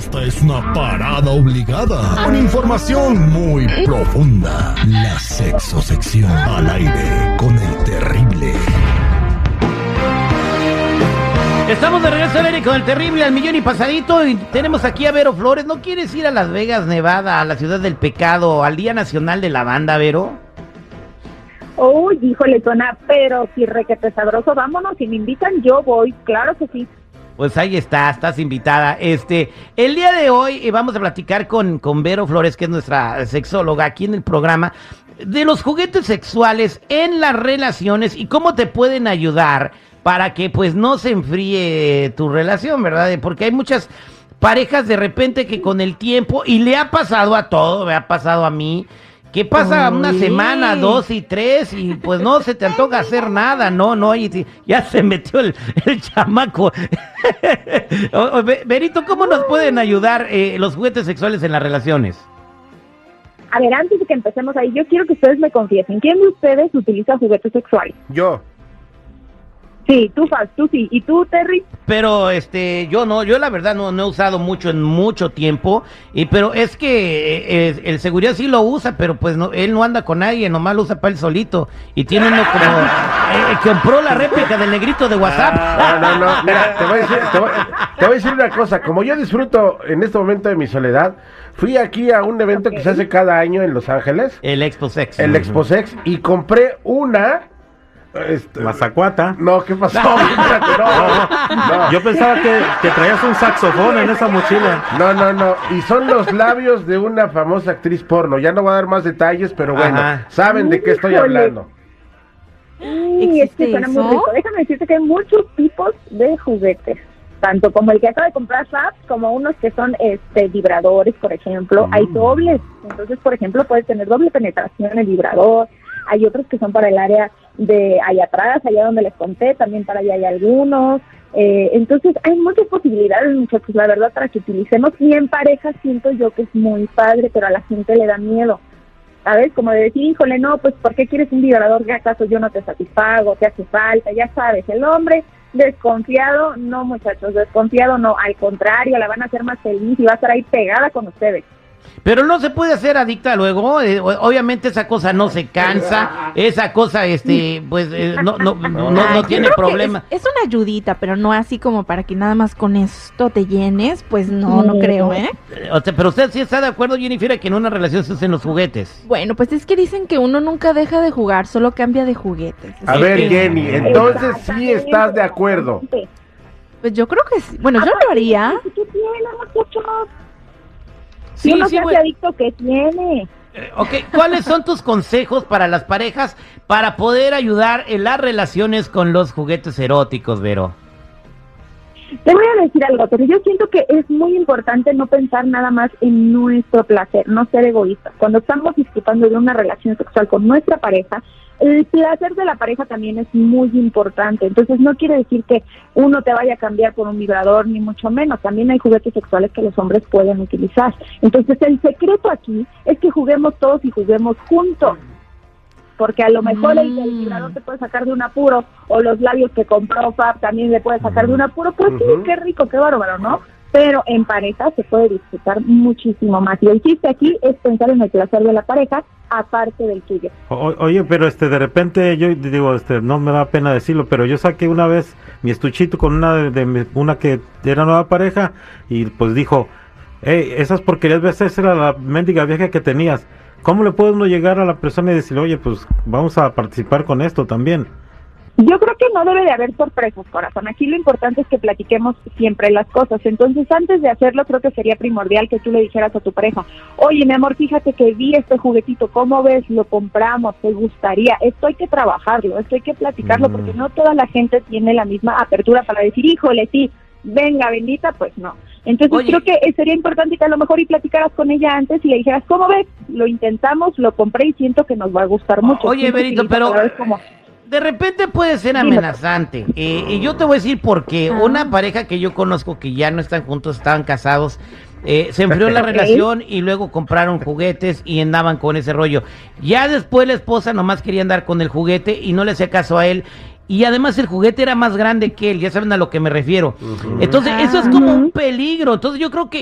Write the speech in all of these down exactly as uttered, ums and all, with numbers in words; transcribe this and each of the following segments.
Esta es una parada obligada con información muy profunda. La sexosección al aire con el terrible. Estamos de regreso al aire con el terrible al millón y pasadito y tenemos aquí a Vero Flores. ¿No quieres ir a Las Vegas, Nevada, a la ciudad del pecado, al Día Nacional de la Banda, Vero? Uy, híjole, suena, pero si requete sabroso, vámonos, si me invitan yo voy, claro que sí. Pues ahí está, estás invitada. Este, el día de hoy eh, vamos a platicar con, con Vero Flores, que es nuestra sexóloga aquí en el programa, de los juguetes sexuales en las relaciones y cómo te pueden ayudar para que pues no se enfríe tu relación, ¿verdad? Porque hay muchas parejas de repente que con el tiempo, y le ha pasado a todo, me ha pasado a mí, que pasa Uy. una semana, dos y tres, y pues no se te antoja hacer nada, no, no, y ya se metió el, el chamaco. Verito, ¿cómo nos pueden ayudar eh, los juguetes sexuales en las relaciones? A ver, antes de que empecemos ahí, yo quiero que ustedes me confiesen, ¿quién de ustedes utiliza juguetes sexuales? Yo. Sí, tú, Faz, tú sí. ¿Y tú, Terry? Pero este, yo no, yo la verdad no, no he usado mucho en mucho tiempo, y pero es que eh, el seguridad sí lo usa, pero pues no, él no anda con nadie, nomás lo usa para él solito, y tiene uno como, eh, compró la réplica del negrito de WhatsApp. Ah, no, no, no, mira, te voy, a decir, te, voy, te voy a decir una cosa, como yo disfruto en este momento de mi soledad, fui aquí a un evento okay. que se hace cada año en Los Ángeles. El Expo Sex. El Expo Sex, y compré una... Este, Mazacuata. No, ¿qué pasó? no, no. Yo pensaba que, que traías un saxofón en esa mochila. No, no, no. Y son los labios de una famosa actriz porno. Ya no voy a dar más detalles, pero bueno, Ajá. saben de qué estoy hablando. Sí, es que suena muy rico. Déjame decirte que hay muchos tipos de juguetes. Tanto como el que acaba de comprar Fab, como unos que son este vibradores, por ejemplo. Mm. Hay dobles. Entonces, por ejemplo, puedes tener doble penetración en el vibrador. Hay otros que son para el área de allá atrás, allá donde les conté, también para allá hay algunos. Eh, entonces, hay muchas posibilidades, muchachos, la verdad, para que utilicemos. Y en pareja siento yo que es muy padre, pero a la gente le da miedo. ¿Sabes? Como de decir, híjole, no, pues, ¿por qué quieres un vibrador? ¿Qué acaso yo no te satisfago? ¿Te hace falta? Ya sabes, el hombre desconfiado, no, muchachos, desconfiado no. Al contrario, la van a hacer más feliz y va a estar ahí pegada con ustedes. Pero no se puede hacer adicta luego, eh, obviamente esa cosa no se cansa, esa cosa, este, pues, eh, no, no, no, no, no tiene problema. Es, es una ayudita, pero no así como para que nada más con esto te llenes, pues no, no creo, ¿eh? O sea, pero usted sí está de acuerdo, Jennifer, que en una relación se usen los juguetes. Bueno, pues es que dicen que uno nunca deja de jugar, solo cambia de juguetes. A ver, Jenny, entonces sí estás de acuerdo. Pues yo creo que sí, bueno, yo lo haría. ¿Qué tiene, muchachos? Sí, uno sí, se hace bueno. adicto que tiene. Eh, ok, ¿cuáles son tus consejos para las parejas para poder ayudar en las relaciones con los juguetes eróticos, Vero? Te voy a decir algo, pero yo siento que es muy importante no pensar nada más en nuestro placer, no ser egoístas. Cuando estamos disfrutando de una relación sexual con nuestra pareja, el placer de la pareja también es muy importante. Entonces no quiere decir que uno te vaya a cambiar por un vibrador, ni mucho menos. También hay juguetes sexuales que los hombres pueden utilizar. Entonces el secreto aquí es que juguemos todos y juguemos juntos. Porque a lo mejor mm. el, el vibrador te puede sacar de un apuro, o los labios que compró Fab también le puede sacar de un apuro. Pues sí, uh-huh. qué rico, qué bárbaro, ¿no? Pero en pareja se puede disfrutar muchísimo más. Y el chiste aquí es pensar en el placer de la pareja, aparte del tuyo. O, oye, pero este de repente, yo digo, este no me da pena decirlo, pero yo saqué una vez mi estuchito con una de, de una que era nueva pareja, y pues dijo, hey, esas porquerías, ves, esa era la mendiga vieja que tenías. ¿Cómo le puede uno llegar a la persona y decirle, oye, pues vamos a participar con esto también? Yo creo que no debe de haber sorpresas, corazón. Aquí lo importante es que platiquemos siempre las cosas. Entonces, antes de hacerlo, creo que sería primordial que tú le dijeras a tu pareja, oye, mi amor, fíjate que vi este juguetito, ¿cómo ves? Lo compramos, ¿te gustaría? Esto hay que trabajarlo, esto hay que platicarlo, mm. porque no toda la gente tiene la misma apertura para decir, híjole, sí, venga, bendita, pues no. Entonces Oye. creo que sería importante que a lo mejor y platicaras con ella antes y le dijeras, ¿cómo ves? Lo intentamos, lo compré y siento que nos va a gustar mucho. Oye, Verito, pero como... de repente puede ser amenazante. Eh, y yo te voy a decir por qué. Ah. Una pareja que yo conozco que ya no están juntos, estaban casados, eh, se enfrió la okay. relación y luego compraron juguetes y andaban con ese rollo. Ya después la esposa nomás quería andar con el juguete y no le hacía caso a él. Y además el juguete era más grande que él, ya saben a lo que me refiero. Uh-huh. Entonces, eso es como un peligro. Entonces, yo creo que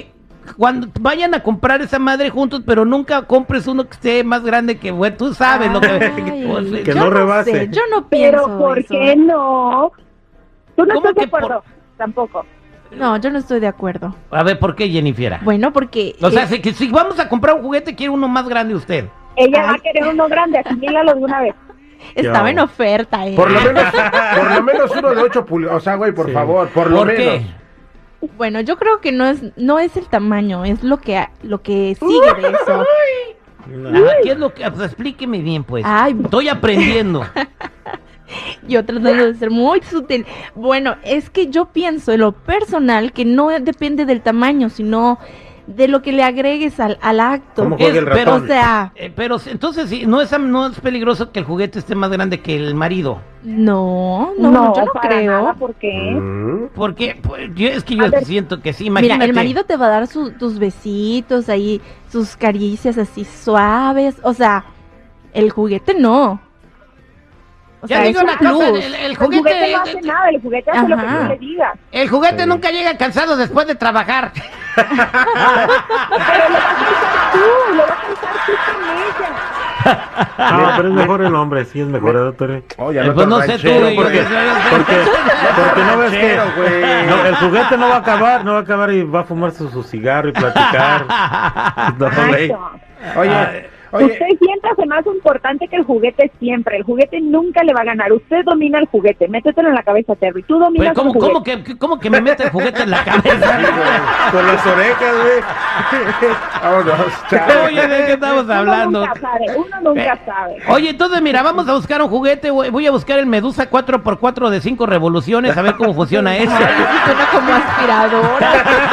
cuando vayan a comprar esa madre juntos, pero nunca compres uno que esté más grande que, güey, tú sabes lo que... Ay, pues, que yo no rebase. sé, yo no pienso Pero ¿por eso. qué no? ¿Tú no ¿Cómo estás de que por- acuerdo? Tampoco. No, yo no estoy de acuerdo. A ver, ¿por qué, Jennifer? Bueno, porque... O sea, eh, si, que si vamos a comprar un juguete, quiere uno más grande usted. Ella va Ay. a querer uno grande, asimílalo de una vez. estaba Yo. en oferta, eh. Por lo menos, por lo menos uno de ocho pulgadas. O sea, güey, por Sí. favor, por lo ¿Por menos. qué? Bueno, yo creo que no es no es el tamaño, es lo que lo que sigue de eso. Ah, ¿qué es lo que...? Pues explíqueme bien, pues. Ay. Estoy aprendiendo. Yo tratando de ser muy sutil. Bueno, es que yo pienso en lo personal que no depende del tamaño, sino de lo que le agregues al, al acto. ¿Cómo juega Es- el pero, ratón? O sea, eh, pero si- entonces, sí, ¿no es, no es peligroso que el juguete esté más grande que el marido? no, no, yo no para creo. nada, ¿por qué? Mm. Porque pues, yo, es que yo A ver. siento que sí, Mira, imagínate. el marido te va a dar su- tus besitos ahí, sus caricias así suaves. O sea, el juguete no. O Ya sea, digo es un una cosa, plus. el, el El juguete... juguete no hace nada, el juguete hace lo que Ajá. tú le digas. El juguete Sí. nunca llega cansado después de trabajar. Pero lo vas a usar tú, lo vas a usar tú con ella. No, pero es mejor el hombre, sí es mejor, ¿eh, doctor? Oye, Eh, no pues tan no sé tú, ranchero, güey, porque- yo- yo- Porque, porque no ves que Ranchero, güey. no, el juguete no va a acabar, no va a acabar y va a fumar su, su cigarro y platicar. No, güey. Exacto. Oye, oye, Usted siempre hace más importante que el juguete siempre. El juguete nunca le va a ganar. Usted domina el juguete. Métetelo en la cabeza, Terry. Tú dominas Pues, ¿cómo, el cómo juguete. que, ¿Cómo que me mete el juguete en la cabeza? Con las orejas, güey. vámonos, chao. Oye, ¿de qué estamos Uno hablando? nunca sabe. Uno nunca Eh, sabe. Oye, entonces mira, vamos a buscar un juguete, voy voy a buscar el Medusa cuatro por cuatro de cinco revoluciones, a ver cómo funciona eso. Ay, suena como aspiradora.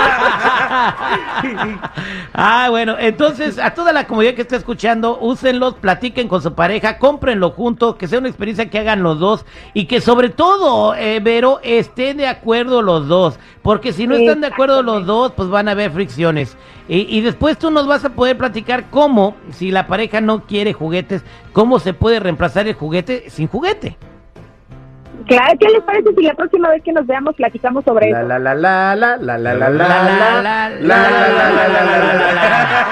Ah, bueno, entonces a toda la comunidad que está escuchando, úsenlos, platiquen con su pareja, cómprenlo juntos, que sea una experiencia que hagan los dos y que sobre todo, eh, Vero, estén de acuerdo los dos, porque si no están de acuerdo los dos, pues van a haber fricciones. Y, y después tú nos vas a poder platicar cómo, si la pareja no quiere juguetes, cómo se puede reemplazar el juguete sin juguete. Claro, ¿qué les parece si la próxima vez que nos veamos platicamos sobre La eso? la la la la la la la la La, la la, la la, la la la la la.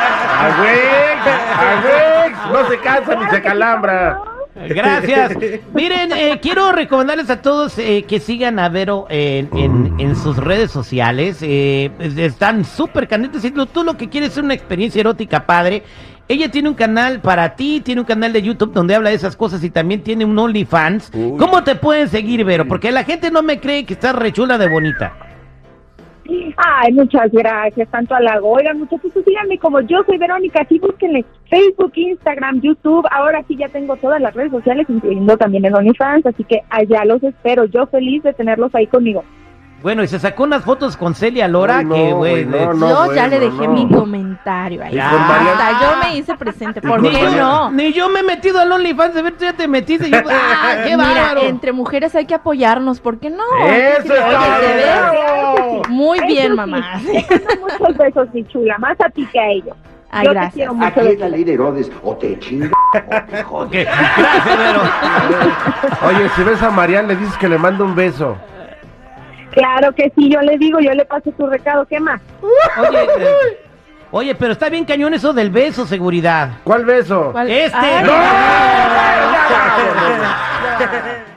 ¡Agüex! No se cansa ni se calambra. Gracias. Miren, eh, quiero recomendarles a todos eh, que sigan a Vero en, en, en sus redes sociales. Eh, pues, están súper candentes. Y lo- tú lo que quieres es una experiencia erótica padre. Ella tiene un canal para ti, tiene un canal de YouTube donde habla de esas cosas y también tiene un OnlyFans. Uy. ¿Cómo te pueden seguir, Vero? Porque la gente no me cree que estás rechula de bonita. Ay, muchas gracias, tanto halago. Oigan, muchachos, pues síganme como yo soy Verónica, sí, búsquenle Facebook, Instagram, YouTube. Ahora sí ya tengo todas las redes sociales, incluyendo también el OnlyFans, así que allá los espero. Yo feliz de tenerlos ahí conmigo. Bueno, y se sacó unas fotos con Celia Lora, Uy, no, que, güey, güey, no, de- no. yo ya le bueno, dejé no. mi comentario ahí. Y con Hasta Mariana- yo me hice presente. ¿Por con qué Mariana- no? Ni yo me he metido al OnlyFans, de ver, tú ya te metiste. y yo, ¡ah, qué Mira, bárbaro! entre mujeres hay que apoyarnos, ¿por qué no? ¡Eso Oye, es ¿te ves? todo! Muy Eso bien, sí, mamá. te mando muchos besos, mi chula, más a ti que a ellos. Ay, yo te gracias. quiero mucho. Aquí es la besito. ley de Herodes, o te chinga o te Ok, jodes. gracias, Vero. Oye, si ves a Marian, le dices que le mando un beso. Claro que sí, yo le digo, yo le paso tu recado, ¿qué más? Oye, eh, oye, pero está bien cañón eso del beso, seguridad. ¿Cuál beso? ¿Cuál? Este. Ay, ¡No! ¡Ya, vámonos!